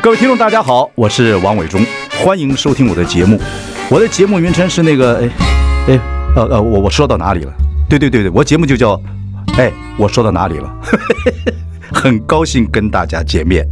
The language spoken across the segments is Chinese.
各位听众，大家好，我是王伟忠，欢迎收听我的节目。我的节目名称是那个，我说到哪里了？对，我节目就叫，我说到哪里了？很高兴跟大家见面。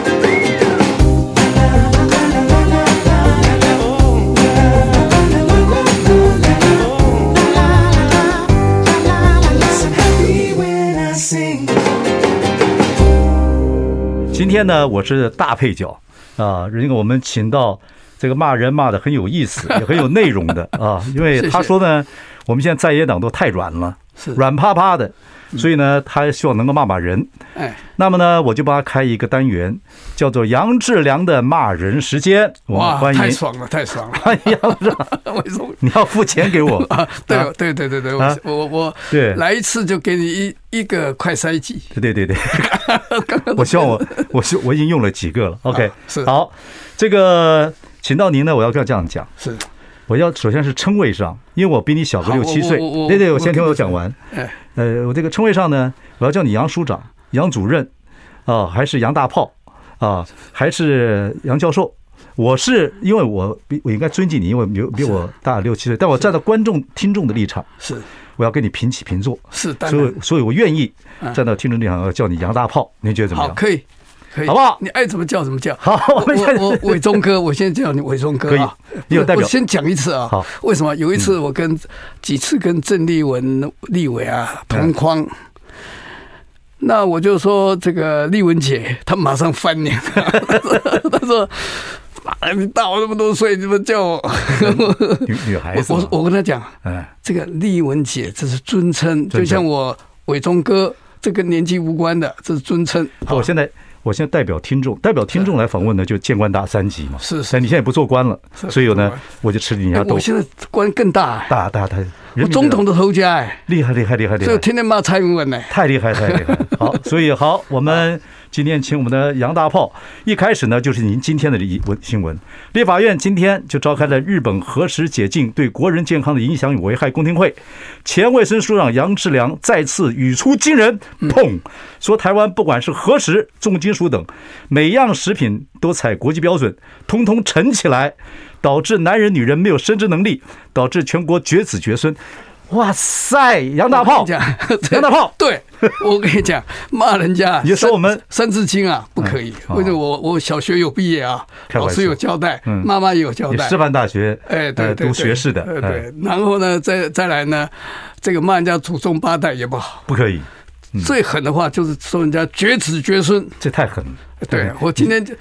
今天呢，我是大配角啊，因为我们请到这个骂人骂得很有意思，也很有内容的啊，因为他说呢，我们现在在野党都太软了，软趴趴的，所以呢，他希望能够骂人。那么呢，我就帮他开一个单元，叫做杨志良的骂人时间。 哇， 欢迎， 太爽了，太爽了！ 欢迎杨志良，你要付钱给我啊？对，我来一次就给你一个快筛剂。 对，我希望我已经用了几个了。OK， 是好，这个请到您呢，我要这样讲。 是。 我要首先是称谓上，因为我比你小个6、7岁。对，我先听我讲完。我这个称谓上呢，我要叫你杨署长、杨主任啊，还是杨大炮啊，还是杨教授？我是因为我应该尊敬你，因为比我大6、7岁，但我站在观众、听众的立场， 是我要跟你平起平坐。 是， 所以我愿意站到听众立场，要叫你杨大炮。您觉得怎么样？ 好，可以。 好不好？ 你爱怎么叫怎么叫。 好， 我伟忠哥，我现在叫你伟忠哥啊。 你有代表。 我先讲一次啊。 好。 为什么？有一次我几次跟郑丽文立委啊同框，那我就说这个丽文姐，她马上翻脸，她说：“你大我那么多岁，你怎么叫我？” 女孩子。 我跟她讲，这个丽文姐这是尊称，就像我伟忠哥，这跟年纪无关的，这是尊称。 我现在代表听众来访问呢，就见官大3级嘛。 是， 但你现在不做官了，所以呢，我就吃你家豆。 我现在官更大， 大， 我总统的头家厉害， 所以天天骂蔡英文呢， 太厉害。好，所以好，我们今天请我们的杨大炮。一开始呢，就是您今天的新闻。立法院今天就召开了日本核食解禁对国人健康的影响与危害公听会，前卫生署长杨志良再次语出惊人，说台湾不管是核食、重金属等每样食品都采国际标准，通通沉起来，导致男人女人没有生殖能力，导致全国绝子绝孙。哇塞，杨大炮， 对，我跟你讲，骂人家， 你说我们三字经啊，不可以。为什么？我小学有毕业啊，老师有交代，妈妈也有交代。 师范大学， 对， 读学士的， 对。然后呢，再来呢，这个骂人家祖宗8代也不好， 不可以。 最狠的话就是说人家绝子绝孙， 这太狠了。 对，我今天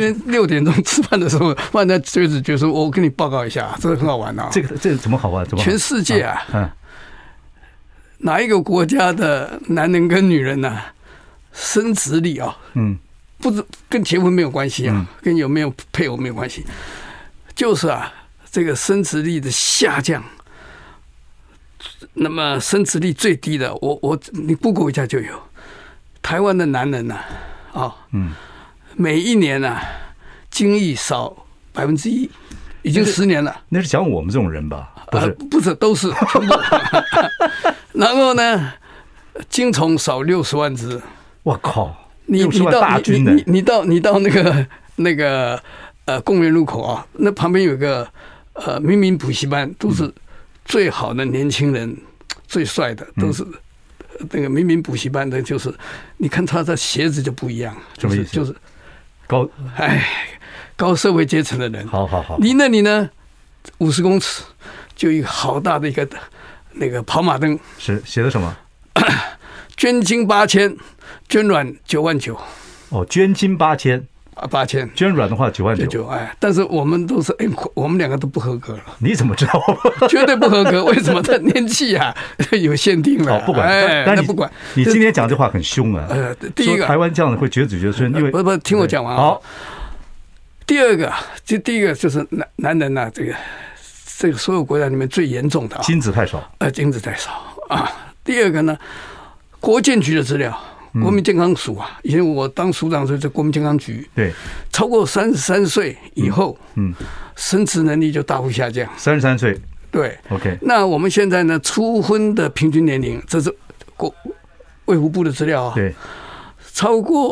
6点钟吃饭的时候，骂人家绝子绝孙，我跟你报告一下，这个很好玩啊。 这个怎么好玩？ 全世界哪一个国家的男人跟女人呢，生殖力啊，不是跟结婚没有关系啊，跟有没有配偶没有关系，就是这个生殖力的下降。那么生殖力最低的，你 Google 一下就有，台湾的男人每一年精液少1%，已经10年了。 那是讲我们这种人吧？ 不是，都是全部。然后呢，精虫少60万只。 我靠 ！60 万大军的。 你到那个公园路口啊，那旁边有个明明补习班，都是最好的年轻人，最帅的都是那个明明补习班的，就是你看他的鞋子就不一样，就是高社会阶层的人。 好， 离那里呢50公尺就一个好大的一个那个跑马灯， 是写的什么？ 捐精8000，捐卵9万9。 捐精8000，捐卵的话9万9。 但是我们都是我们2个都不合格了。 你怎么知道？ 绝对不合格。为什么？他年纪有限定了。 不管，但不管。你今天讲这话很凶啊。 第一个， 台湾这样会绝子绝孙，因为不听我讲完。好。第二个，第一个就是男人这个所有国家里面最严重的精子太少。 精子太少啊。第二个呢，国健局的资料。国民健康署以前我当署长的时候在国民健康局， 对， 超过33岁以后，生殖能力就大幅下降。 33岁， 对 ，OK。 那我们现在呢，初婚的平均年龄，这是卫福部的资料对， 超过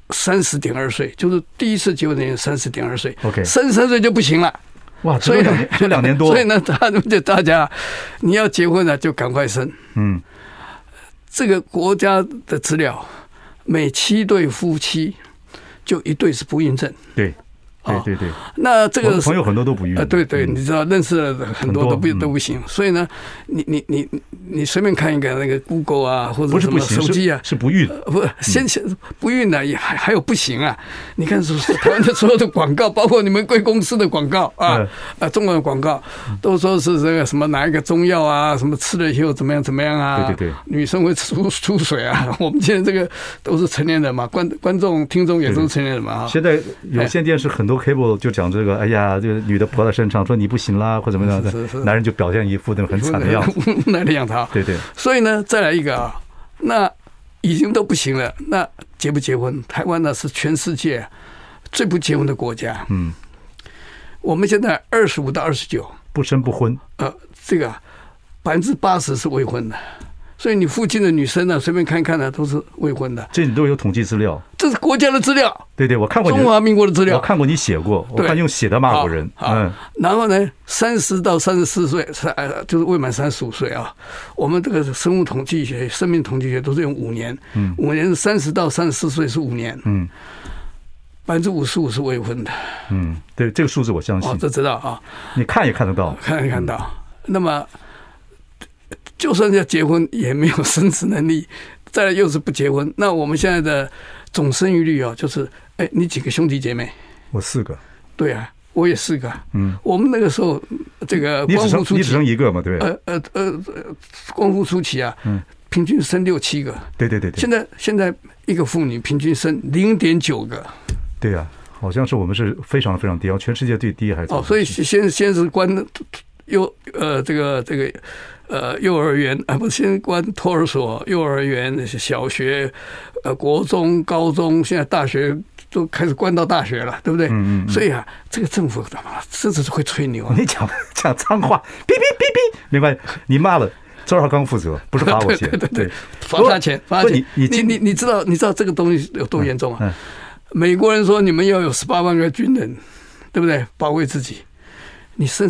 30.2岁，就是第一次结婚的人30.2岁。 OK， 33岁就不行了。 哇，所以就2年多。 所以呢，大家你要结婚了就赶快生。这个国家的资料，每7对夫妻就1对是不孕症。 对。对， 那这个朋友很多都不孕。 对，你知道认识了很多都不行，所以呢，你随便看一个那个 Google 啊，或者什么手机啊， 是不孕， 不先不孕呢，也还有不行啊。你看台湾的所有的广告，包括你们贵公司的广告啊，中文的广告，都说是这个什么哪一个中药啊，什么吃了以后怎么样啊， 对， 女生会出水啊。我们现在这个都是成年人嘛，观众听众也都是成年人嘛。 现在有线电视很多 cable 就讲这个，哎呀，这个女的泼到身上，说你不行啦，或怎么样的，男人就表现一副那种很惨的样子， 那样子。对。所以呢，再来一个啊，那已经都不行了，那结不结婚？台湾呢是全世界最不结婚的国家。我们现在25到29 不生不婚， 这个80%是未婚的。所以你附近的女生呢，随便看看呢，都是未婚的。 这你都有统计资料， 这是国家的资料。 对，我看过中华民国的资料， 我看过你写过，我看用写的骂过人。 然后呢，30到34岁，就是未满35岁啊。我们这个生物统计学、生命统计学都是用5年，5年是30到34岁是5年，55%是未婚的。 对，这个数字我相信。 这知道啊， 你看也看得到， 看到。那么。就算要结婚，也没有生殖能力，再来又是不结婚。那我们现在的总生育率就是，你几个兄弟姐妹？ 我4个。 对啊，我也4个。我们那个时候，这个光复初期， 你只生1个嘛，对。 光复初期啊，平均生6、7个。 对。 现在一个妇女平均生0.9个。 对啊，好像是我们是非常非常低，全世界最低还是。 所以先是关这个幼儿园不先关托儿所、幼儿园、小学、国中、高中，现在大学都开始关到大学了，对不对？所以啊，这个政府干嘛？甚至是会吹牛。 你讲脏话，哔哔哔哔，没关系，你骂了，周少刚负责，不是罚我钱， 对，罚他钱。你知道这个东西有多严重啊？美国人说你们要有18万个军人，对不对？保卫自己。你生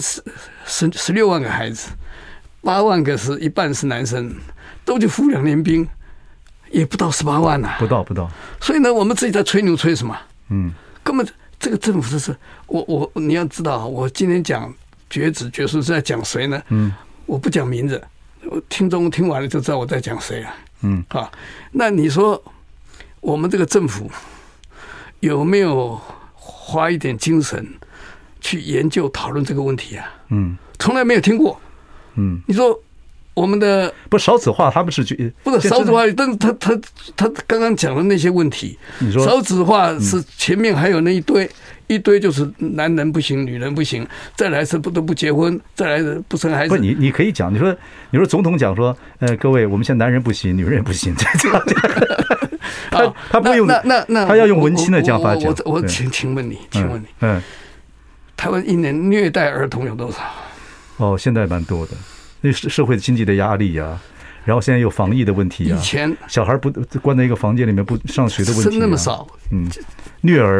16万个孩子，8万个是一半是男生，都去服2年兵，也不到18万呐， 不到。 所以呢，我们自己在吹牛吹什么？根本这个政府就是你要知道，我今天讲绝子绝孙是在讲谁呢？我不讲名字，听众听完了就知道我在讲谁了。那你说我们这个政府有没有花一点精神？去研究讨论这个问题啊，从来没有听过，你说我们的不少子化，他们是不是少子化，但是他刚刚讲的那些问题，你说少子化是前面还有那一堆就是男人不行，女人不行，再来是都不结婚，再来是不生孩子。 不，你可以讲，你说总统讲说，各位，我们现在男人不行，女人也不行，这样他不用那他要用文青的讲法讲。 我请问你，台湾1年虐待儿童有多少？ 现在蛮多的，那社会经济的压力啊，然后现在有防疫的问题啊， 以前小孩不关在一个房间里面不上学的问题， 生那么少， 虐儿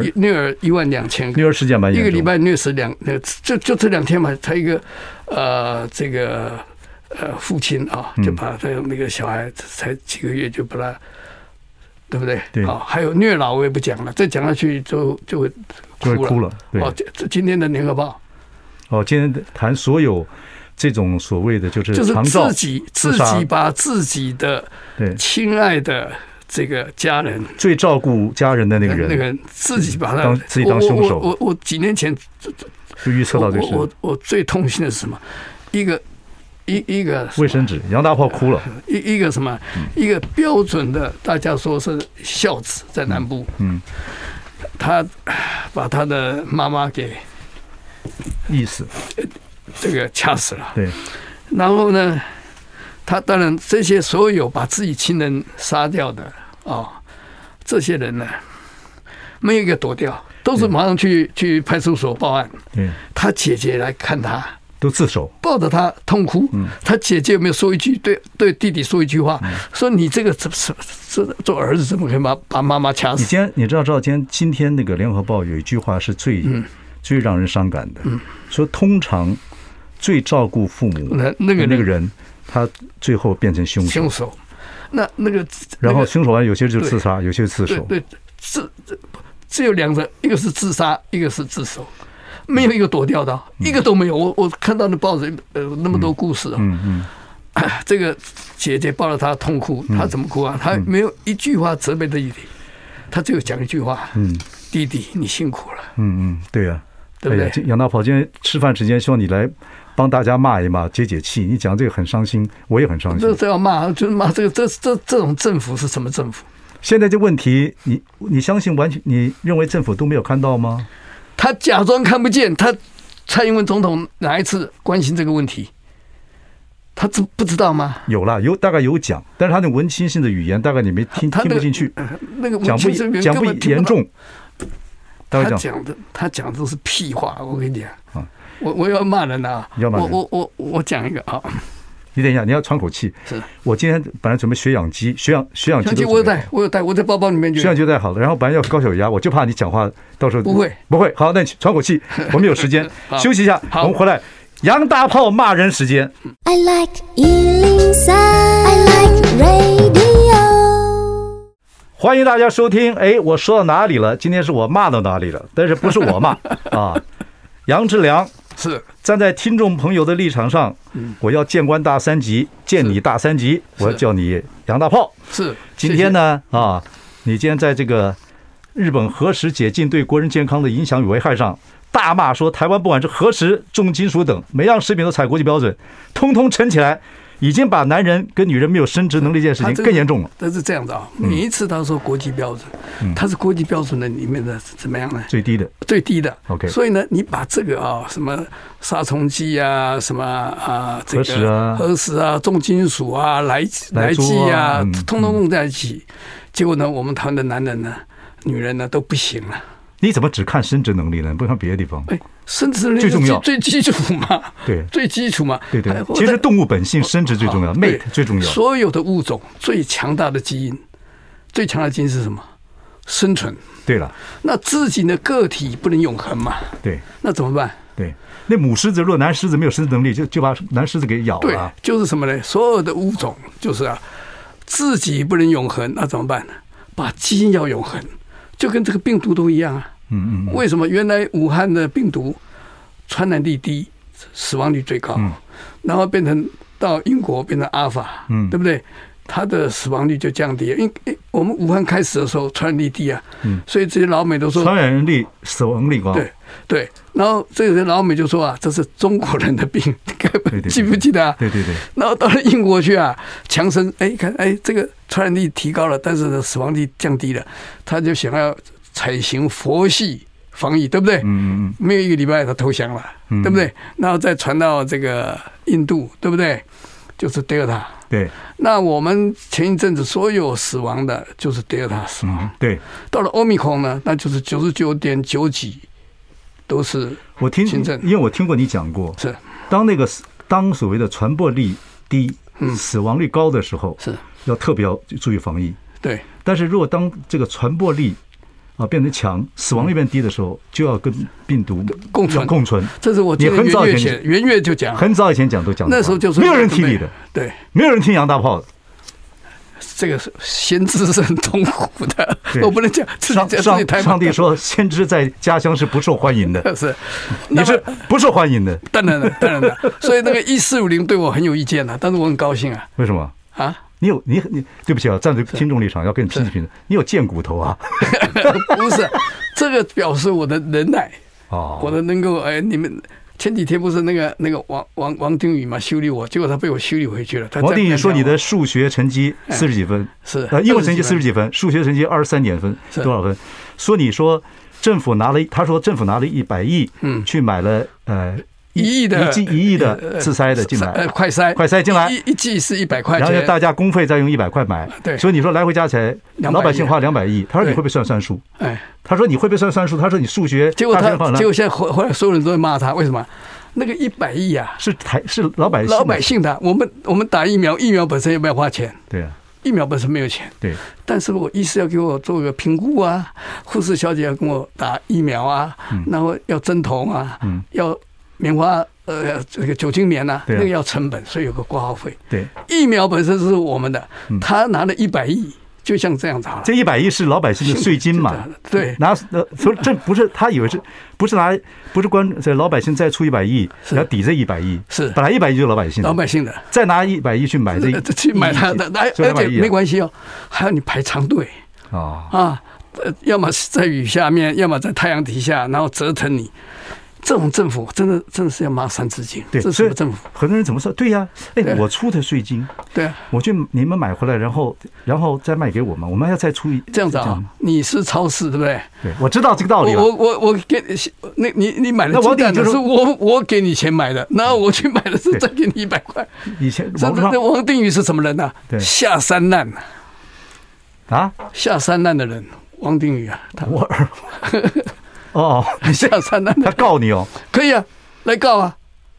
12000个， 虐儿事件蛮严重， 一个礼拜虐死就这2天嘛，他一个这个父亲啊，就把他那个小孩才几个月就把他。对不对？ 对， 还有虐老我也不讲了，再讲下去就会哭了。对， 这今天的联合報， 今天谈所有这种所谓的就是自己把自己的亲爱的这个家人， 最照顾家人的那个人自己把他自己当凶手。 我几年前就预测到这个事。 我最痛心的是什么？一个卫生纸，杨大炮哭了。 一个什么？一个标准的，大家说是孝子，在南部。他把他的妈妈给缢死， 这个掐死了。 对。 然后呢，他当然这些所有把自己亲人杀掉的这些人呢，没有一个躲掉，都是马上去派出所报案。他姐姐来看他。 都自首， 抱着他痛哭。他姐姐有没有说一句对弟弟说一句话，说你这个做儿子怎么可以把妈妈掐死？ 你知道今天那个《联合报》有一句话是最让人伤感的，说通常最照顾父母那个人，他最后变成凶手。 那个， 然后凶手完有些就自杀，有些自首。 对，只有两个，一个是自杀，一个是自首，没有一个躲掉的，一个都没有。我看到那报纸那么多故事这个姐姐抱着他痛哭，他怎么哭啊？他没有一句话责备弟弟，他只有讲一句话：弟弟，你辛苦了。 对呀， 对不对？ 杨大炮，今天吃饭时间，希望你来帮大家骂一骂，解解气。你讲这个很伤心，我也很伤心。 这要骂，就是骂这种政府是什么政府？ 现在这问题，你相信完全？你认为政府都没有看到吗？ 他假装看不见。蔡英文总统哪一次关心这个问题？他不知道吗？ 有大概有讲，但是他那文青性的语言，大概你没听不进去。 那个讲不严重。 他讲的都是屁话，我跟你讲。我要骂人啊！我讲一个啊。 你等一下，你要喘口气。 是我今天本来准备血氧机，血氧机我有带，我在包包里面就。 血氧机带好了，然后本来要高血压，我就怕你讲话到时候不会。 好，那你喘口气，我们有时间休息一下，我们回来。杨大炮骂人时间。I like 103, I like radio。欢迎大家收听。我说到哪里了？今天是我骂到哪里了？但是不是我骂啊？杨志良是站在听众朋友的立场上，我要见官大三级，见你大三级，我要叫你杨大炮。 是今天呢你今天在这个日本核食解禁对国人健康的影响与危害上大骂说，台湾不管是核食、重金属等每样食品都采国际标准，通通撑起来，已经把男人跟女人没有生殖能力这件事情更严重了。 但是这样子每一次他说国际标准，它是国际标准的里面的怎么样呢？ 最低的。OK。 所以呢，你把这个什么杀虫剂啊，什么这个核食啊、重金属啊、来剂啊，通通弄在一起，结果呢，我们台湾的男人呢、女人呢都不行了。 你怎么只看生殖能力呢？不看别的地方？ 生殖能力最重要， 最基础嘛。 对， 最基础嘛。 对。其实动物本性生殖最重要 ，mate 最重要。 所有的物种最强大的基因是什么？生存。对了，那自己的个体不能永恒嘛？对，那怎么办？对，那母狮子如果男狮子没有生殖能力，就把男狮子给咬了。对，就是什么呢？所有的物种就是自己不能永恒，那怎么办呢？把基因要永恒，就跟这个病毒都一样啊。为什么原来武汉的病毒传染力低，死亡率最高，然后变成到英国变成阿尔法，对不对？它的死亡率就降低了，因为我们武汉开始的时候传染力低啊，所以这些老美都说传染力、死亡率高。对，然后这些老美就说这是中国人的病，记不记得啊？对。然后到了英国去强生，看这个传染力提高了，但是呢死亡率降低了，他就想要采行佛系防疫，对不对？没有一个礼拜他投降了，对不对？然后再传到这个印度，对不对？就是 Delta。对，那我们前一阵子所有死亡的就是 Delta 死亡。对，到了 Omicron 呢，那就是99.9几都是轻症。因为我听过你讲过，是当所谓的传播力低、死亡率高的时候，是要特别要注意防疫。对，但是如果当这个传播力变成强，死亡率变低的时候，就要跟病毒共存。这是我你很早以前元月就讲，很早以前讲都讲，那时候就是没有人听你的，对，没有人听杨大炮的。这个先知是很痛苦的，我不能讲。上帝说，先知在家乡是不受欢迎的，是你是不受欢迎的。当然了，所以那个1450对我很有意见但是我很高兴啊。为什么啊？你对不起站在听众立场要跟你批评的，你有贱骨头啊？不是，这个表示我的忍耐我的能够你们前几天不是那个王定宇嘛修理我，结果他被我修理回去了。王定宇说你的数学成绩40几分，是英文成绩40几分，数学成绩23点分，多少分？说政府拿了100亿，去买了1亿的自筛的进来，快筛进来，一剂是100块钱，然后大家公费再用100块买，对，所以你说来回加起来，老百姓花200亿，他说你会不会算数？他说你会不会算数？他说你数学，结果现在后来所有人都在骂他，为什么？ 那个100亿啊， 是老百姓老百姓的。我们打疫苗本身要不要花钱？ 对啊， 疫苗本身没有钱。 对， 但是我医师要给我做个评估啊，护士小姐要跟我打疫苗啊，然后要针头啊，要棉花这个酒精棉啊，那个要成本，所以有个挂号费。 对， 疫苗本身是我们的，他拿了100亿。就像这样子好了， 这100亿是老百姓的税金嘛？ 对， 所以这不是他以为不是这老百姓再出100亿要抵这100亿， 是本来100亿就是老百姓的，再拿100亿去买他的，而且没关系哦，还要你排长队要么在雨下面，要么在太阳底下，然后折腾你。这种政府真的是要骂3字经。 对， 这是什么政府？ 很多人怎么说？对呀，我出的税金， 对啊， 我去你们买回来，然后再卖给我们，我们要再出这样子啊？你是超市对不对？ 对，我知道这个道理。 我给你买的鸡蛋的是我给你钱买的，然后我去买的是再给你100块。 以前王定宇是什么人呢？下三滥啊， 下三滥的人，王定宇啊， 你下三滥， 他告你哦？ 可以啊，来告啊。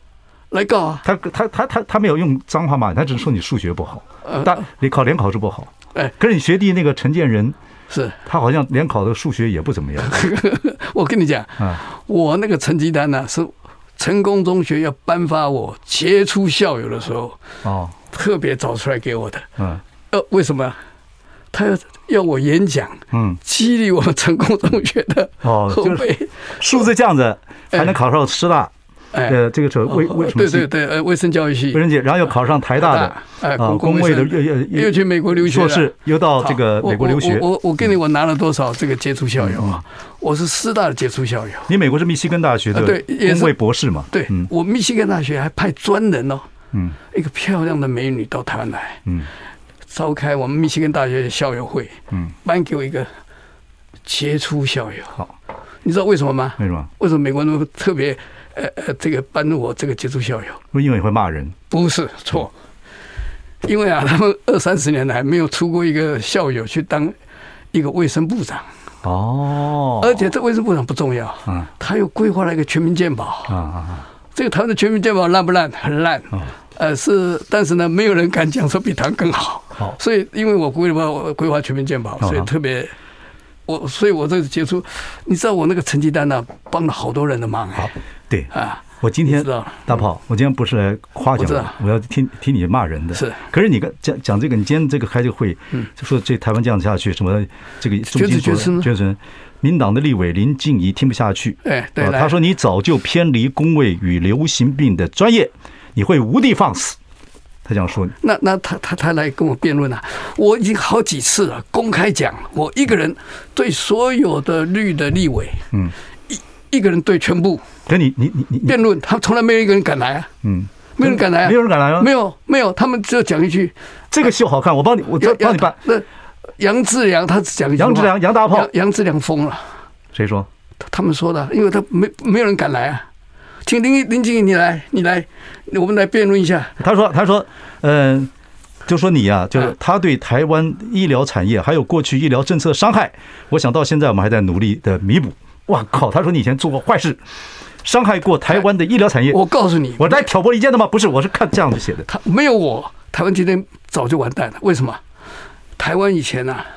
他没有用脏话骂你，他只是说你数学不好，联考试不好。可是你学弟那个陈建仁， 是他好像联考的数学也不怎么样。 我跟你讲，我那个成绩单呢，是成功中学要颁发我杰出校友的时候，特别找出来给我的。为什么？他要我演讲，激励我们成功中学的后辈。 数字这样子还能考上师大，这个是卫什么系？ 对，卫生教育系， 卫生系，然后又考上台大的，公卫的又去美国留学， 硕士又到这个美国留学。 我跟你我拿了多少这个杰出校友啊？我是师大的杰出校友。 你美国是密西根大学的公卫博士嘛？ 对，我密西根大学还派专人哦，一个漂亮的美女到台湾来，召开我们密西根大学的校友会，颁给我一个杰出校友。好，你知道为什么吗？ 为什么？ 为什么美国人特别这个颁我这个杰出校友？ 因为会骂人？ 不是，错。因为他们20-30年来没有出过一个校友去当一个卫生部长。而且这卫生部长不重要，他又规划了一个全民健保。这个台湾的全民健保烂不烂？很烂。但是呢，没有人敢讲说比台湾更好。所以因为我规划全民健保，所以特别所以我这个杰出，你知道我那个成绩单呢，帮了好多人的忙。 对啊，我今天大炮，我今天不是来夸奖我要听你骂人的。是，可是你讲这个，你今天这个开这个会，就说这台湾这样下去，什么这个中心觉得民党的立委林静怡听不下去， 对， 他说你早就偏离公卫与流行病的专业，你会无的放矢。他这样说， 那他来跟我辩论啊！我已经好几次了，公开讲，我一个人对所有的绿的立委，一个人对全部。 跟你辩论，他从来没有一个人敢来啊！没有人敢来啊！ 没有人敢来啊！ 没有，他们只有讲一句：这个秀好看，我帮你办。 那杨志良他只讲一句： 杨大炮， 杨志良疯了。 谁说？ 他们说的，因为他没有人敢来啊！请林静怡你来，我们来辩论一下。 他说，就说你啊，就是他对台湾医疗产业还有过去医疗政策的伤害，我想到现在我们还在努力的弥补。哇靠！他说你以前做过坏事，伤害过台湾的医疗产业。 我告诉你， 我来挑拨离间的吗？不是，我是看这样子写的。 他没有我，台湾今天早就完蛋了。为什么？台湾以前啊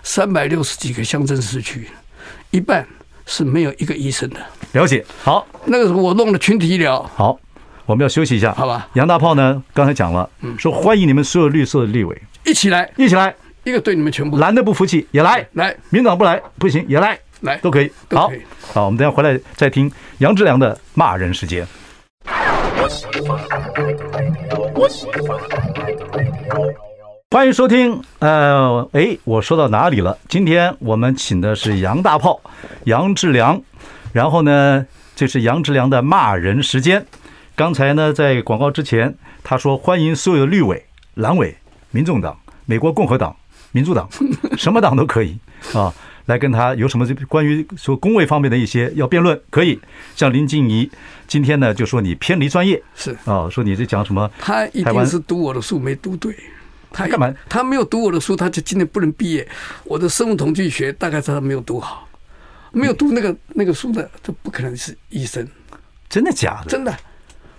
，360几个乡镇市区，一半是没有一个医生的。 了解，好， 那个时候我弄了群体医疗。 好，我们要休息一下， 好吧？ 杨大炮呢，刚才讲了，说欢迎你们所有绿色的立委一起来，一个对你们全部。 蓝的不服气也来，民党不来不行也来，都可以。好，我们等一下回来再听杨志良的骂人时间。欢迎收听。我说到哪里了？今天我们请的是杨大炮杨志良，然后呢，这是杨志良的骂人时间。刚才呢，在广告之前，他说欢迎所有的绿委、蓝委、民众党、美国共和党、民主党，什么党都可以啊，来跟他有什么关于说公卫方面的一些要辩论，可以。像林静怡今天呢就说你偏离专业， 是啊，说你这讲什么？ 他一定是读我的书没读对。他干嘛？他没有读我的书，他就今年不能毕业。我的生物统计学大概是他没有读好，没有读那个书的，这不可能是医生。 真的假的？ 真的。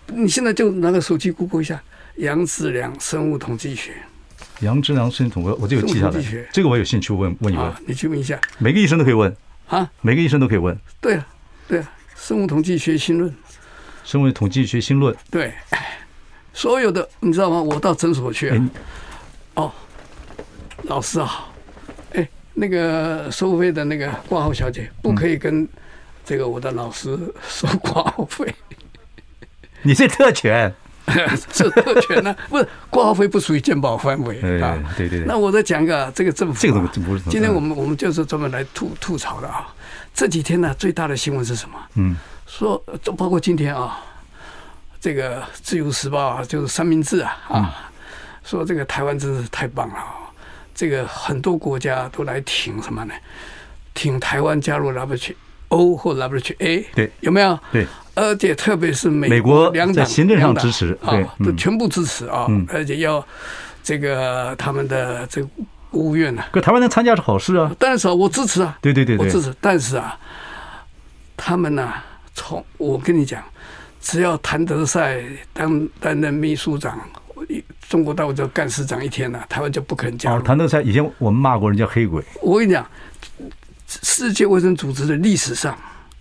你现在就拿个手机 Google 一下杨志良生物统计学。 杨志良生物统计，我这个记下来，这个我有兴趣问一问。 你去问一下， 每个医生都可以问啊， 每个医生都可以问。 对啊，对啊，生物统计学新论， 生物统计学新论， 对，所有的你知道吗？我到诊所去哦，老师好，那个收费的那个挂号小姐不可以跟这个我的老师收挂号费。 你这特权， 这特权呢？不是挂号费不属于健保范围啊。 对。 那我再讲个这个政府， 这个不是。 今天我们就是专门来吐槽的啊。这几天呢，最大的新闻是什么？说包括今天啊，这个《自由时报》啊，就是三明治啊，说这个台湾真是太棒了啊。这个很多国家都来挺什么呢？挺台湾加入 WHO 或 WHA， 对， 有没有？ 对， 而且特别是美国两党在行政上支持都全部支持啊，而且要这个他们的这个国务院呢， 可台湾能参加是好事啊， 当然是我支持啊， 对， 我支持，但是啊，他们呢，我跟你讲，只要谭德赛担任秘书长。中国大陆就干事长一天了，台湾就不可能加入。 谭德赛以前我们骂过人家黑鬼。 我跟你讲，世界卫生组织的历史上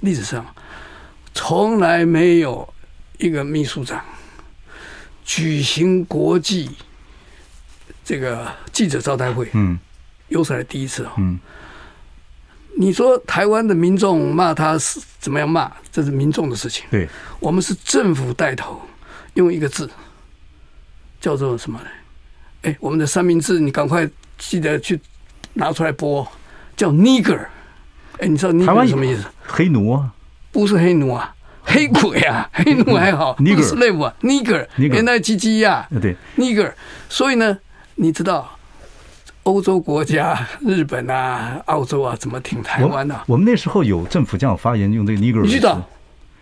从来没有一个秘书长举行国际这个记者招待会，有史以来第一次哦。你说台湾的民众骂他是怎么样骂，这是民众的事情。 对， 我们是政府带头，用一个字。叫做什么呢？我们的三明治，你赶快记得去拿出来播，叫 nigger。你知道 nigger 什么意思？ 黑奴啊？ 不是黑奴啊，黑鬼啊，黑奴还好，不是 slave 啊 ，nigger，NIGG 啊， 对 ，nigger。所以呢，你知道欧洲国家、日本啊、澳洲啊怎么挺台湾啊？ 我们那时候有政府这样发言，用这个 nigger。 你知道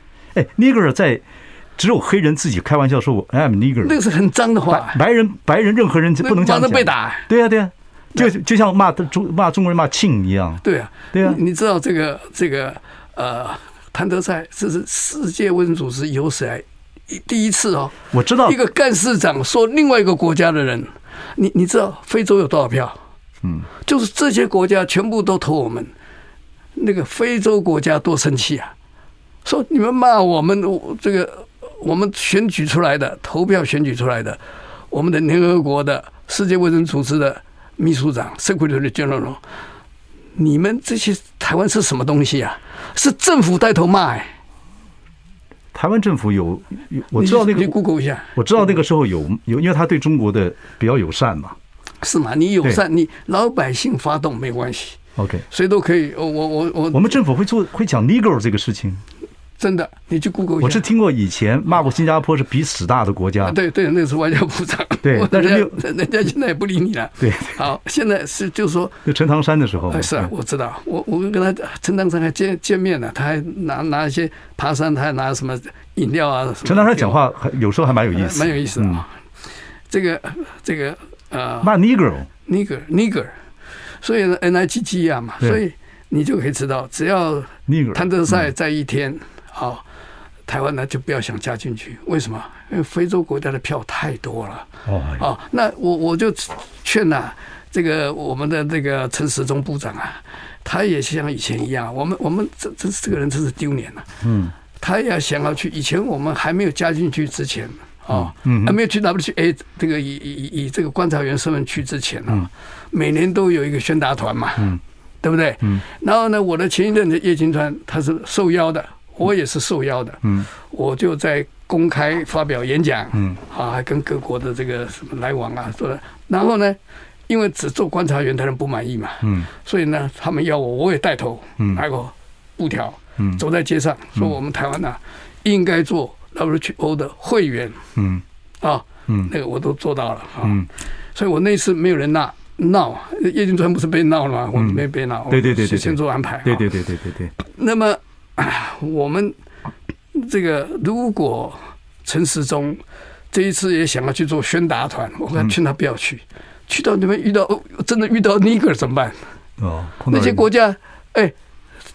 ？nigger 在。只有黑人自己开玩笑说我 I'm nigger， 那个是很脏的话。 白人任何人不能这样讲， 被打。 对啊，就像骂中国人骂庆一样。 对啊。你知道这个谭德赛这是世界卫生组织有史以来第一次哦。 我知道一个干事长说另外一个国家的人，你知道非洲有多少票？就是这些国家全部都投我们，那个非洲国家多生气啊！说你们骂我们这个。我们选举出来的投票选举出来的，我们的联合国的世界卫生组织的秘书长 Secretary General， 你们这些台湾是什么东西啊？是政府带头骂台湾政府有，我知道那个你 Google 一下， 我知道那个时候有，因为他对中国的比较友善嘛。 是吗？你友善，你老百姓发动没关系 ，OK， 谁都可以。我们政府会讲 nigger 这个事情。 真的，你去 Google 一下。 我是听过以前骂过新加坡是比屎大的国家。 对，那是外交部长。 对，但是人家现在也不理你了。 对， 好，现在是就是说， 就陈唐山的时候。 是啊，我知道，我跟他陈唐山还见面了，他还拿一些爬山，他还拿什么饮料啊。 陈唐山讲话有时候还蛮有意思， 蛮有意思的。这个骂 nigger， 所以呢 NIGG 啊嘛，所以你就可以知道，只要谭德赛在一天。台湾呢就不要想加进去，为什么？因为非洲国家的票太多了。那我就劝这个我们的这个陈时中部长啊，他也像以前一样，我们这个人真是丢脸了。他也想要去，以前我们还没有加进去之前还没有去 WHA 这个以这个观察员身份去之前每年都有一个宣达团嘛，对不对？然后呢，我的前一任的叶金川他是受邀的。我也是受邀的，我就在公开发表演讲，还跟各国的这个什么来往啊，说的。然后呢，因为只做观察员，他们不满意嘛，所以呢，他们要我也带头拿个布条，走在街上，说我们台湾应该做 WHO 的会员，那个我都做到了所以我那次没有人闹，叶金川不是被闹了吗？我没被闹， 对， 先做安排， 对。 那么。我们这个如果陈时中这一次也想要去做宣达团，我劝他不要去，去到你们真的遇到 nigger 怎么办？那些国家，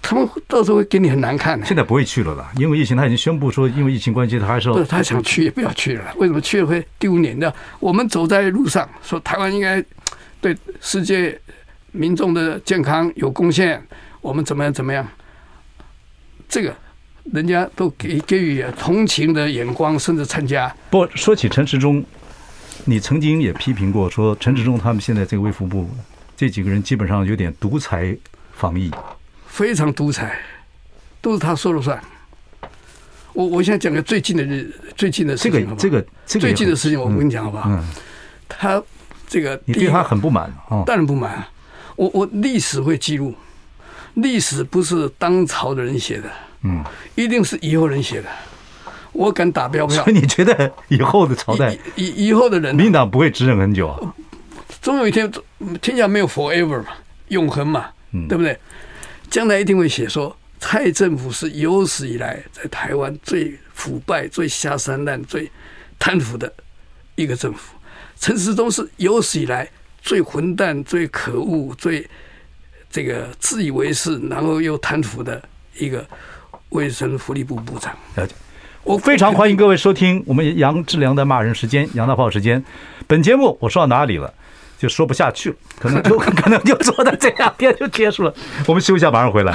他们到时候会给你很难看的。 现在不会去了啦，因为疫情，他已经宣布说，因为疫情关系，他还是要。 他想去也不要去了，为什么去了会丢脸的？我们走在路上，说台湾应该对世界民众的健康有贡献，我们怎么样？这个人家都给予同情的眼光，甚至参加。 不说起陈时中，你曾经也批评过，说陈时中他们现在这个卫福部这几个人基本上有点独裁防疫， 非常独裁，都是他说了算。我现在讲个最近的事情好不好， 这个最近的事情，我跟你讲好不好？他这个你对他很不满哦？当然不满。我历史会记录，历史不是当朝的人写的，一定是以后人写的。我敢打标票。 所以你觉得以后的朝代， 以后的人， 民进党不会执政很久啊？ 总有一天，天下没有 forever 嘛，永恒嘛，对不对？将来一定会写说，蔡政府是有史以来在台湾最腐败、最下三滥、最贪腐的一个政府。陈时中是有史以来最混蛋、最可恶、最这个自以为是，然后又贪腐的一个卫生福利部部长。 了解。我非常欢迎各位收听我们杨志良的骂人时间，杨大炮时间。本节目我说到哪里了，就说不下去了，可能就做到这2天就结束了。我们休息一下，马上回来。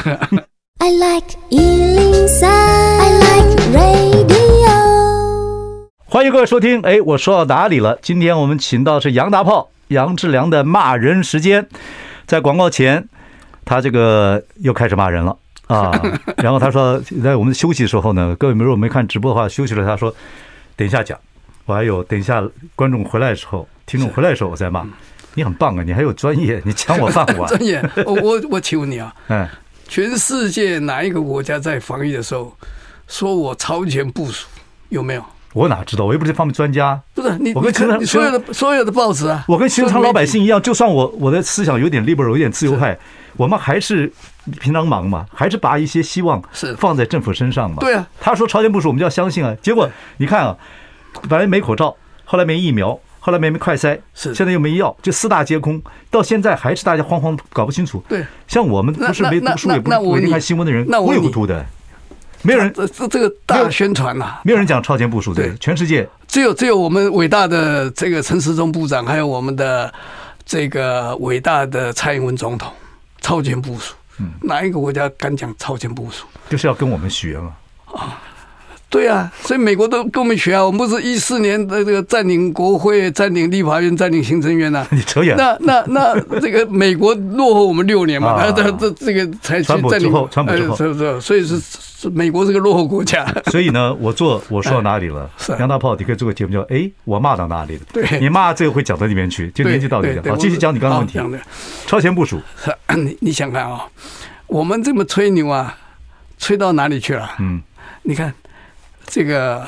I like 103, I like radio。 欢迎各位收听。我说到哪里了？今天我们请到是杨大炮杨志良的骂人时间。在广告前，他这个又开始骂人了。然后他说，在我们休息的时候呢，各位如果没看直播的话，休息了，他说等一下讲，我还有等一下观众回来的时候，听众回来的时候我再骂。你很棒啊，你还有专业，你抢我饭碗。 专业，我请问你啊，全世界哪一个国家在防疫的时候说我超前部署，有没有？ 我哪知道，我又不是这方面专家。 不是你， 我跟所有的报纸啊， 我跟寻常老百姓一样，就算我的思想有点 liberal， 有点自由派，我们还是平常忙嘛，还是把一些希望放在政府身上嘛。 对啊， 他说超前部署，我们就要相信啊。结果你看啊，本来没口罩，后来没疫苗，后来没快筛，现在又没药，这4大皆空，到现在还是大家慌慌搞不清楚。 对， 像我们不是没读书，也不是每天看新闻的人，糊里糊涂的。没有人这个大宣传呐， 没有人讲超前部署。对，全世界只有我们伟大的这个陈时中部长，还有我们的这个伟大的蔡英文总统超前部署。哪一个国家敢讲超前部署？ 就是要跟我们学嘛。 对啊，所以美国都跟我们学啊。我们不是14年的这个占领国会、占领立法院、占领行政院啊？ 你扯远。 那这个美国落后我们6年嘛，这个才去占领。 川普之后， 所以是美国是个落后国家。 所以呢，我说到哪里了？杨大炮，你可以做个节目叫我骂到哪里了？ 对， 你骂这个会讲到里面去，就年纪到里面。好，继续讲你刚刚问题。超前部署， 你想看啊，我们这么吹牛啊，吹到哪里去了？你看。这个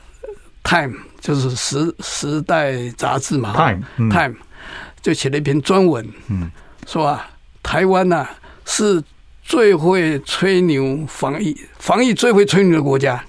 Time 就是时代杂志嘛 ，Time 就写了一篇专文，说啊，台湾呐是最会吹牛防疫最会吹牛的国家。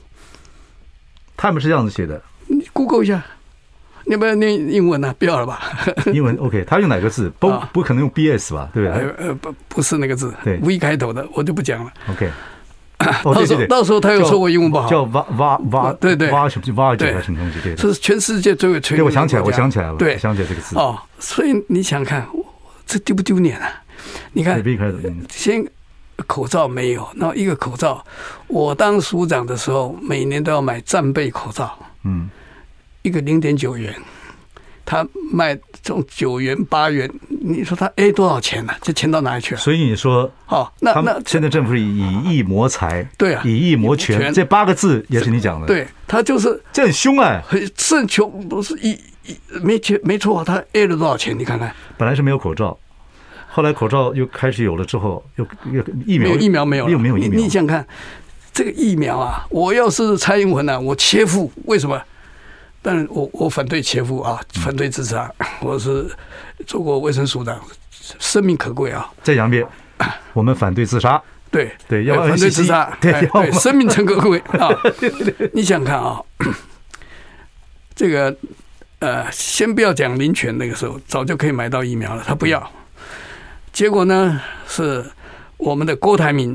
Time 是这样子写的， 你 Google 一下，你要不要念英文啊？不要了吧？ 英文 OK， 他用哪个字？不可能用 BS 吧？对不对？ 不是那个字，对 V 开头的，我就不讲了。 OK。 到时候他又说我英文不好， 叫挖对挖什么东西？对， 这是全世界最会吹牛。 对，我想起来了， 对， 想起来这个字。 所以你想看这丢不丢脸啊？你看，先口罩没有，然后一个口罩，我当署长的时候，每年都要买战备口罩，一个0.9元。他卖从9元8元，你说他多少钱呢？这钱到哪里去了？ 所以你说，那现在政府以义谋财， 对啊， 以义谋权，这8个字也是你讲的。 对，他就是这很凶很穷，不是没错，他了多少钱？你看看， 本来是没有口罩，后来口罩又开始有了之后，又疫苗没有又没有疫苗。 你想看这个疫苗啊？我要是蔡英文啊，我切腹，为什么？但是我反对切腹啊，反对自杀。我是做过卫生署长，生命可贵啊。 再讲一遍，我们反对自杀。 对， 要反对自杀。对，生命诚可贵啊。你想看啊，这个先不要讲林权，那个时候早就可以买到疫苗了，他不要。结果呢，是我们的郭台铭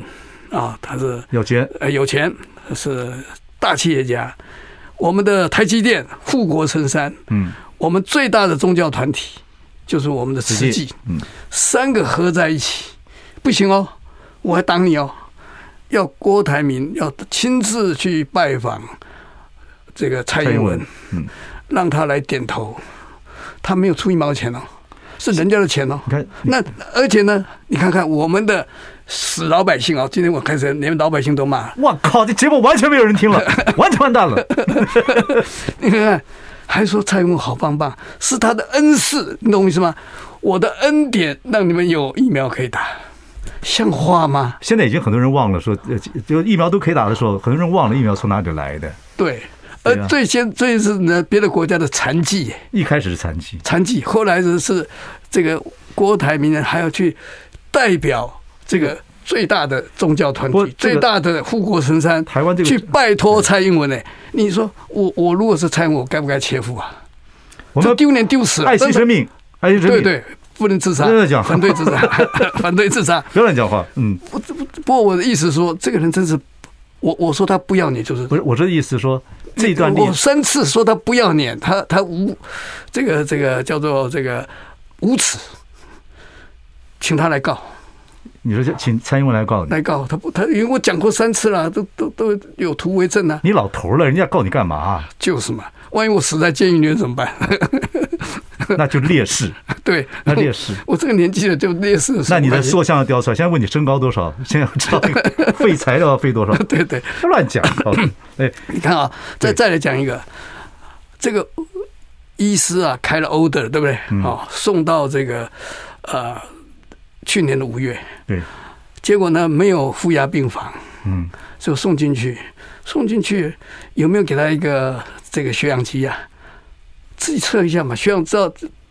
啊，他是有钱， 有钱，是大企业家。我们的台积电护国神山，我们最大的宗教团体就是我们的慈济，三个合在一起不行哦，我还挡你哦，要郭台铭要亲自去拜访这个蔡英文，让他来点头，他没有出1毛钱哦，是人家的钱哦。那而且呢，你看看我们的死老百姓啊！今天我开始连老百姓都骂。 我靠，这节目完全没有人听了，完全完蛋了。 你看看，还说蔡英文好棒棒，是他的恩赐，你懂我意思吗？我的恩典让你们有疫苗可以打，像话吗？ 现在已经很多人忘了说，就疫苗都可以打的时候，很多人忘了疫苗从哪里来的。 对。最是呢，别的国家的残疾， 一开始是残疾， 后来是这个郭台铭还要去代表这个最大的宗教团体、最大的护国神山， 台湾这个去拜托蔡英文呢？你说我如果是蔡英文，我该不该切腹啊？我们丢脸丢死了， 爱惜生命，爱惜生命， 对，不能自杀，反对自杀，反对自杀， 不要乱讲话。 不过我的意思说，这个人真是，我说他不要你，就是不是我这意思说。这段我3次说他不要脸，他这个叫做这个无耻，请他来告。 你说请蔡英文来告你？ 来告他因为我讲过3次了，都有图为证啊。 你老头了，人家告你干嘛？ 就是嘛，万一我死在监狱里面怎么办？ 那就烈士。 对， 那烈士。 我这个年纪了就烈士。 那你的塑像要雕出来，现在问你身高多少？现在知道废材料要费多少？ 对， 乱讲。哎， 你看啊，再来讲一个，这个医师啊开了 order， 对不对？送到这个去年的5月， 对， 结果呢没有负压病房，就送进去有没有给他一个这个血氧机啊？自己测一下嘛，血氧知道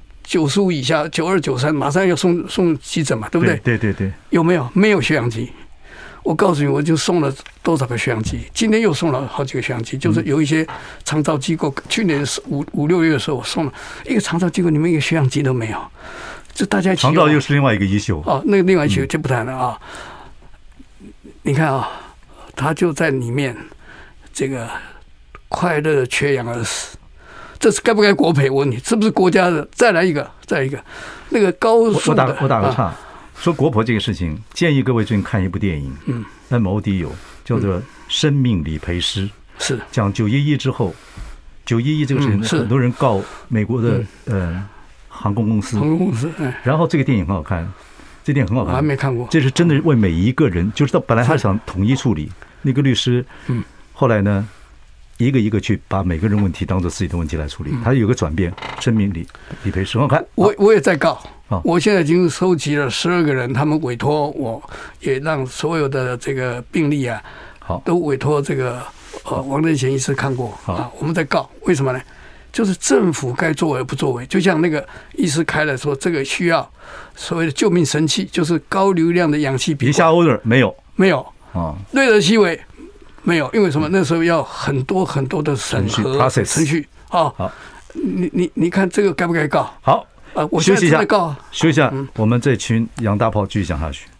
95以下，92、93，马上要送急诊嘛，对不对？ 对， 有没有？没有血氧机。我告诉你，我就送了多少个血氧机，今天又送了好几个血氧机，就是有一些长照机构，去年5、6月的时候，我送了一个长照机构，你们一个血氧机都没有，就大家一起。 长照又是另外一个医秀哦，那个另外一起就不谈了啊。你看啊，他就在里面，这个快乐缺氧而死。这是该不该国赔？我问你，是不是国家的？再来一个，那个高速的。 我打个岔，说国赔这个事情，建议各位最近看一部电影，MOD 有叫做《生命理赔师》， 是讲911之后，911这个事情，很多人告美国的航空公司，然后这个电影很好看，这电影很好看， 我还没看过。 这是真的为每一个人，就是他本来他想统一处理，那个律师，后来呢？一个一个去把每个人问题当做自己的问题来处理，他有个转变，生命理赔师。我看我也在告，我现在已经收集了12个人，他们委托我，也让所有的这个病例啊，都委托这个王仁贤医师看过啊。我们在告，为什么呢？就是政府该作为而不作为，就像那个医师开了说，这个需要所谓的救命神器，就是高流量的氧气鼻。 一下 order 没有啊，瑞德西韦。没有，因为什么？那时候要很多很多的审核程序。好，你看这个该不该告？ 好， 我休息一下， 休息一下，我们这群杨大炮继续讲下去。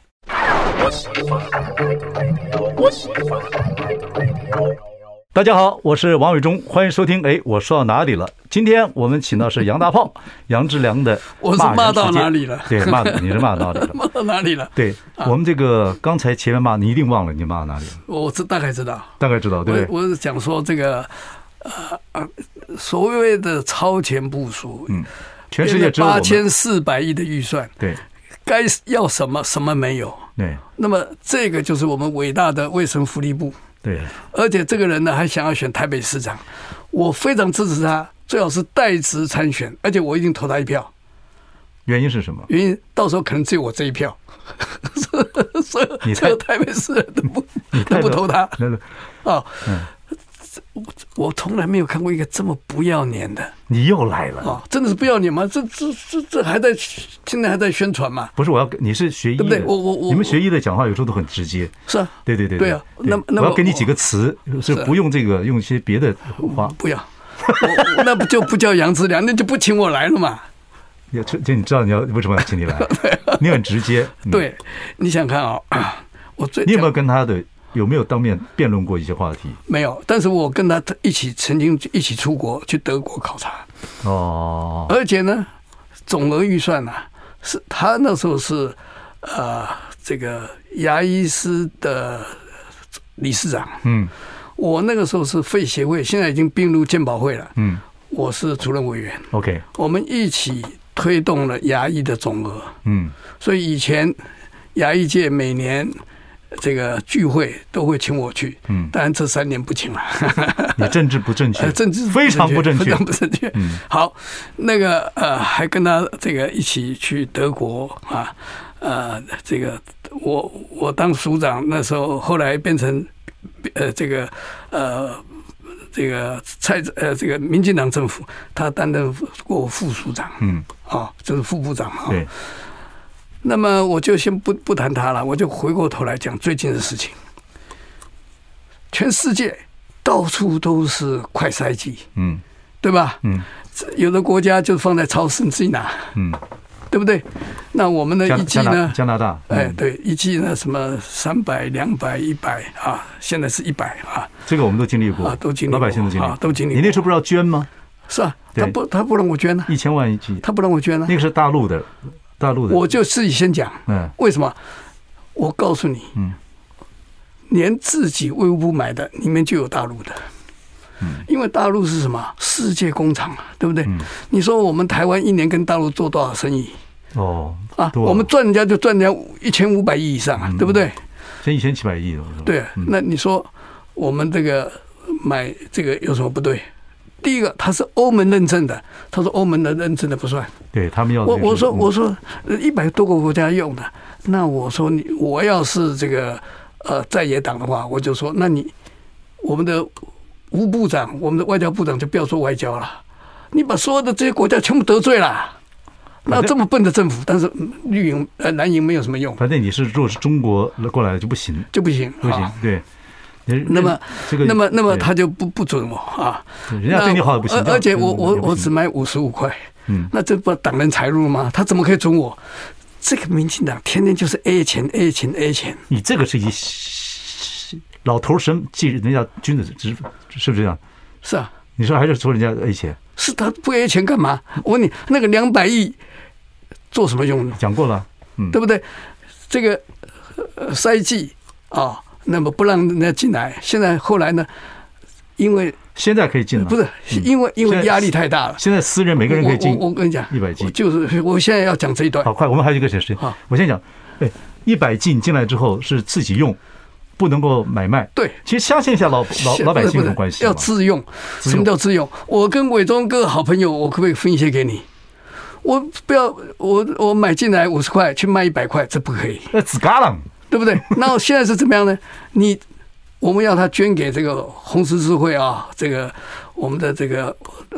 大家好，我是王伟忠，欢迎收听。哎，我说到哪里了？今天我们请到是杨大炮，杨志良的。 我是骂到哪里了？ 对，你是骂到哪里了？ 骂到哪里了？ 对，我们这个刚才前面骂你一定忘了，你骂到哪里了？ 我大概知道， 对不对？ 我是讲说这个所谓的超前部署， 全世界只有 8400亿的预算， 对， 该要什么没有， 对。 那么这个就是我们伟大的卫生福利部。 对， 而且这个人呢还想要选台北市长，我非常支持他，最好是代职参选，而且我一定投他一票。 原因是什么？ 原因到时候可能只有我这一票，所以这个台北市人都不投他啊。我从来没有看过一个这么不要脸的。 你又来了啊！ 真的是不要脸吗？这还在现在还在宣传嘛？ 不是，你是学医的， 对不对？ 你们学医的讲话有时候都很直接。 是啊， 对啊。 那我要给你几个词，是不用这个，用一些别的话。 不要，那不就不叫杨志良，那就不请我来了嘛。 就你知道你要为什么要请你来？你很直接。 对，你想看啊， 你有没有跟他有没有当面辩论过一些话题？ 没有，但是我跟他曾经一起出国去德国考察。 哦， 而且呢，总额预算是他那时候是这个牙医师的理事长。我那个时候是肺协会，现在已经并入健保会了。我是主任委员。 OK， 我们一起推动了牙医的总额。所以以前牙医界每年这个聚会都会请我去。当然这3年不请了。 你政治不正确， 政治非常不正确， 非常不正确。好，那个还跟他这个一起去德国啊。这个我当署长那时候，后来变成这个民进党政府，他担任过副署长。就是副部长嘛。 对。 那么我就先不谈他了，我就回过头来讲最近的事情。全世界到处都是快筛剂。对吧？有的国家就放在超市自己拿。对不对？那我们的一剂呢？ 加拿大， 对，一剂呢什么300、200、100啊，现在是100啊。 这个我们都经历过， 都经历过， 老百姓都经历过， 都经历过。 你那时候不是要捐吗？ 是啊，他不让我捐呢 ，1000万一剂， 他不让我捐呢。 那个是大陆的，我就自己先讲。为什么？我告诉你，连自己卫福部买的里面就有大陆的。因为大陆是什么世界工厂啊，对不对？你说我们台湾一年跟大陆做多少生意？我们赚人家就赚人家1500亿以上啊，对不对？ 现在1700亿了。 对，那你说我们这个买这个有什么不对？第一个，它是欧盟认证的，他说欧盟的认证的不算。 对他们要我说100多个国家用的，那我说我要是这个在野党的话，我就说，那我们的吴部长，我们的外交部长就不要说外交了，你把所有的这些国家全部得罪了。那这么笨的政府，但是绿营蓝营没有什么用。 反正如果是中国过来就不行， 不行。 对。 那么他就不准我啊。 人家对你好也不行。 而且我只买55块。那这不党人财路吗？他怎么可以准我？这个民进党天天就是 A 钱。 你这个是以老头神记人家君子之，是不是这样？ 是啊。 你说还是说人家 A 钱？ 是他不 A 钱干嘛？我问你，那个200亿做什么用呢？ 讲过了， 对不对？这个筛剂啊，那么不让人家进来。现在后来呢？因为现在可以进了， 不是因为压力太大了。 现在私人每个人可以进。 我跟你讲 ，100剂， 就是我现在要讲这一段。 好，快，我们还有一个时间。我先讲，100剂进来之后是自己用。不能够买卖。 对， 其实相信一下老百姓有什么关系？ 要自用。什么叫自用？我跟伟忠哥好朋友，我可不可以分一些给你？我不要，我买进来50块，去卖100块，这不可以。 那自嘎了， 对不对？那现在是怎么样呢？我们要他捐给这个红十字会啊，这个我们的这个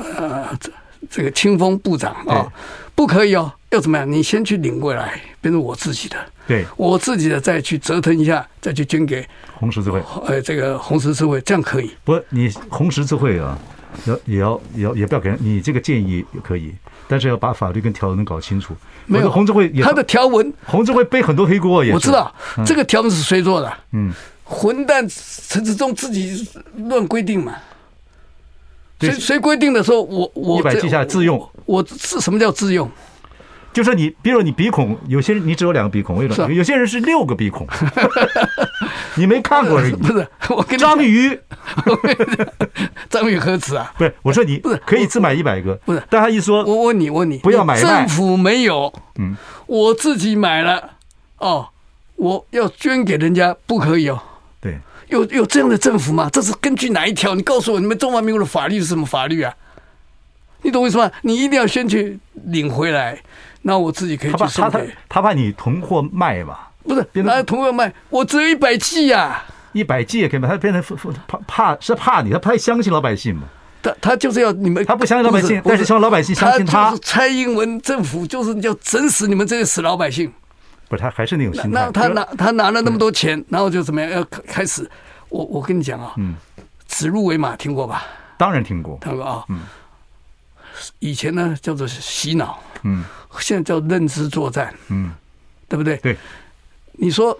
清风部长啊，不可以哦。要怎么样？你先去领过来，变成我自己的。 对， 我自己的再去折腾一下，再去捐给红十字会。 这个红十字会这样可以？ 不，你红十字会啊，也不要给你这个建议可以，但是要把法律跟条文搞清楚。 没有红十字会，他的条文， 红十字会背很多黑锅也。 我知道这个条文是谁做的？混蛋陈时中自己乱规定嘛。谁规定的时候，我 100剂下自用。 我是什么叫自用？ 就是你，比如你鼻孔，有些人你只有2个鼻孔，为什么？有些人是6个鼻孔，你没看过而已。 不是，我跟你章鱼， 章鱼何止啊？ 不是，我说你不是可以自买100个， 不是。 但他一说， 我问你， 不要买卖， 政府没有，我自己买了，我要捐给人家，不可以哦。 对， 有这样的政府吗？这是根据哪一条？你告诉我，你们中华民国的法律是什么法律啊？你懂我意思吗？你一定要先去领回来，那我自己可以去送给他怕你囤货卖嘛？ 不是，哪有囤货卖？我只有100剂呀 ，100剂也可以卖。他变成怕你，他不太相信老百姓嘛。 他就是要你们， 他不相信老百姓，但是希望老百姓相信他。 就是蔡英文政府就是要整死你们这些死老百姓。 不是，他还是那种心态。 那他拿了那么多钱，然后就怎么样？要开始，我跟你讲啊，指鹿为马听过吧？ 当然听过， 啊。以前呢叫做洗脑，现在叫认知作战，对不对？ 对， 你说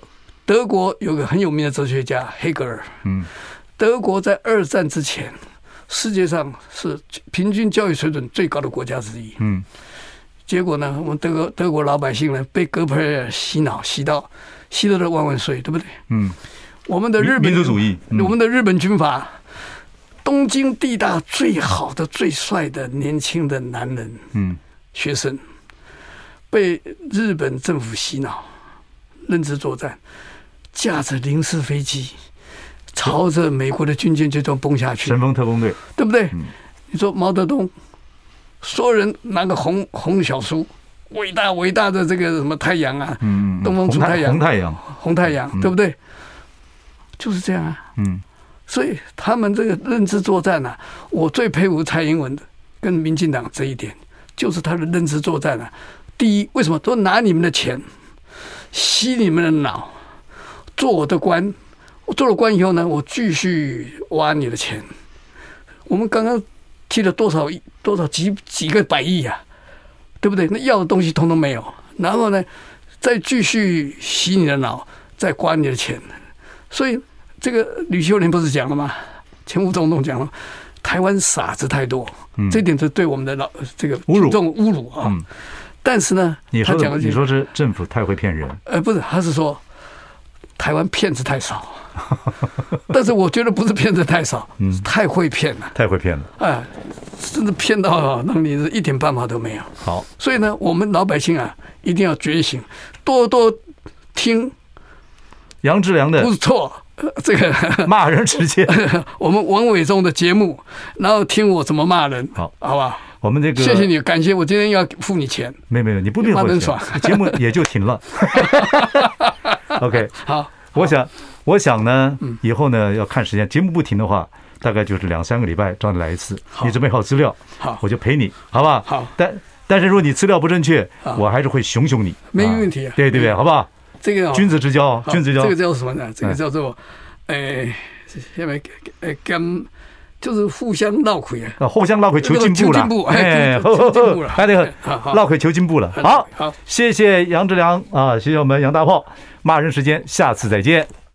德国有个很有名的哲学家黑格尔，德国在2战之前，世界上是平均教育水准最高的国家之一，结果呢，我们德国老百姓呢被戈培尔洗脑，洗到了万万岁，对不对？我们的日本民族主义， 我们的日本军阀，东京地大最好的、最帅的年轻的男人，学生，被日本政府洗脑，认知作战，驾着零式飞机，朝着美国的军舰就这样崩下去， 神风特工队， 对不对？你说毛泽东，所有人拿个红小书，伟大的这个什么太阳啊，东方出太阳，红太阳，对不对？就是这样啊，所以他们这个认知作战啊，我最佩服蔡英文的跟民进党这一点，就是他的认知作战啊。第一，为什么都拿你们的钱，吸你们的脑，做我的官，我做了官以后呢，我继续挖你的钱。我们刚刚提了多少几个百亿啊，对不对？那要的东西通通没有，然后呢，再继续洗你的脑，再刮你的钱。所以这个吕秀莲不是讲了吗？前副总统讲了，台湾傻子太多，这点是对我们的这个侮辱啊。但是呢， 你说是政府太会骗人， 不是，他是说台湾骗子太少。但是我觉得不是骗子太少，太会骗了， 太会骗了， 真的骗到让你一点办法都没有。 好， 所以呢，我们老百姓啊，一定要觉醒，多多听杨志良的不错，这个骂人直接， 我们王伟忠的节目，然后听我怎么骂人，好不好？ 我们这个谢谢你，感谢我今天要付你钱， 没有，你不必付钱，节目也就停了。OK， 好， 我想呢，以后呢要看时间，节目不停的话，大概就是2-3个礼拜找你来一次，你准备好资料， 好， 我就陪你，好不好？ 好， 但是如果你资料不正确，我还是会熊你， 没问题， 对不对？好不好？ 这个君子之交，君子之交， 这个叫什么呢？这个叫做，下面就是互相闹亏啊， 互相闹亏求进步了， 求进步了， 那个闹亏求进步了。好，谢谢杨志良啊，谢谢我们杨大炮，骂人时间，下次再见。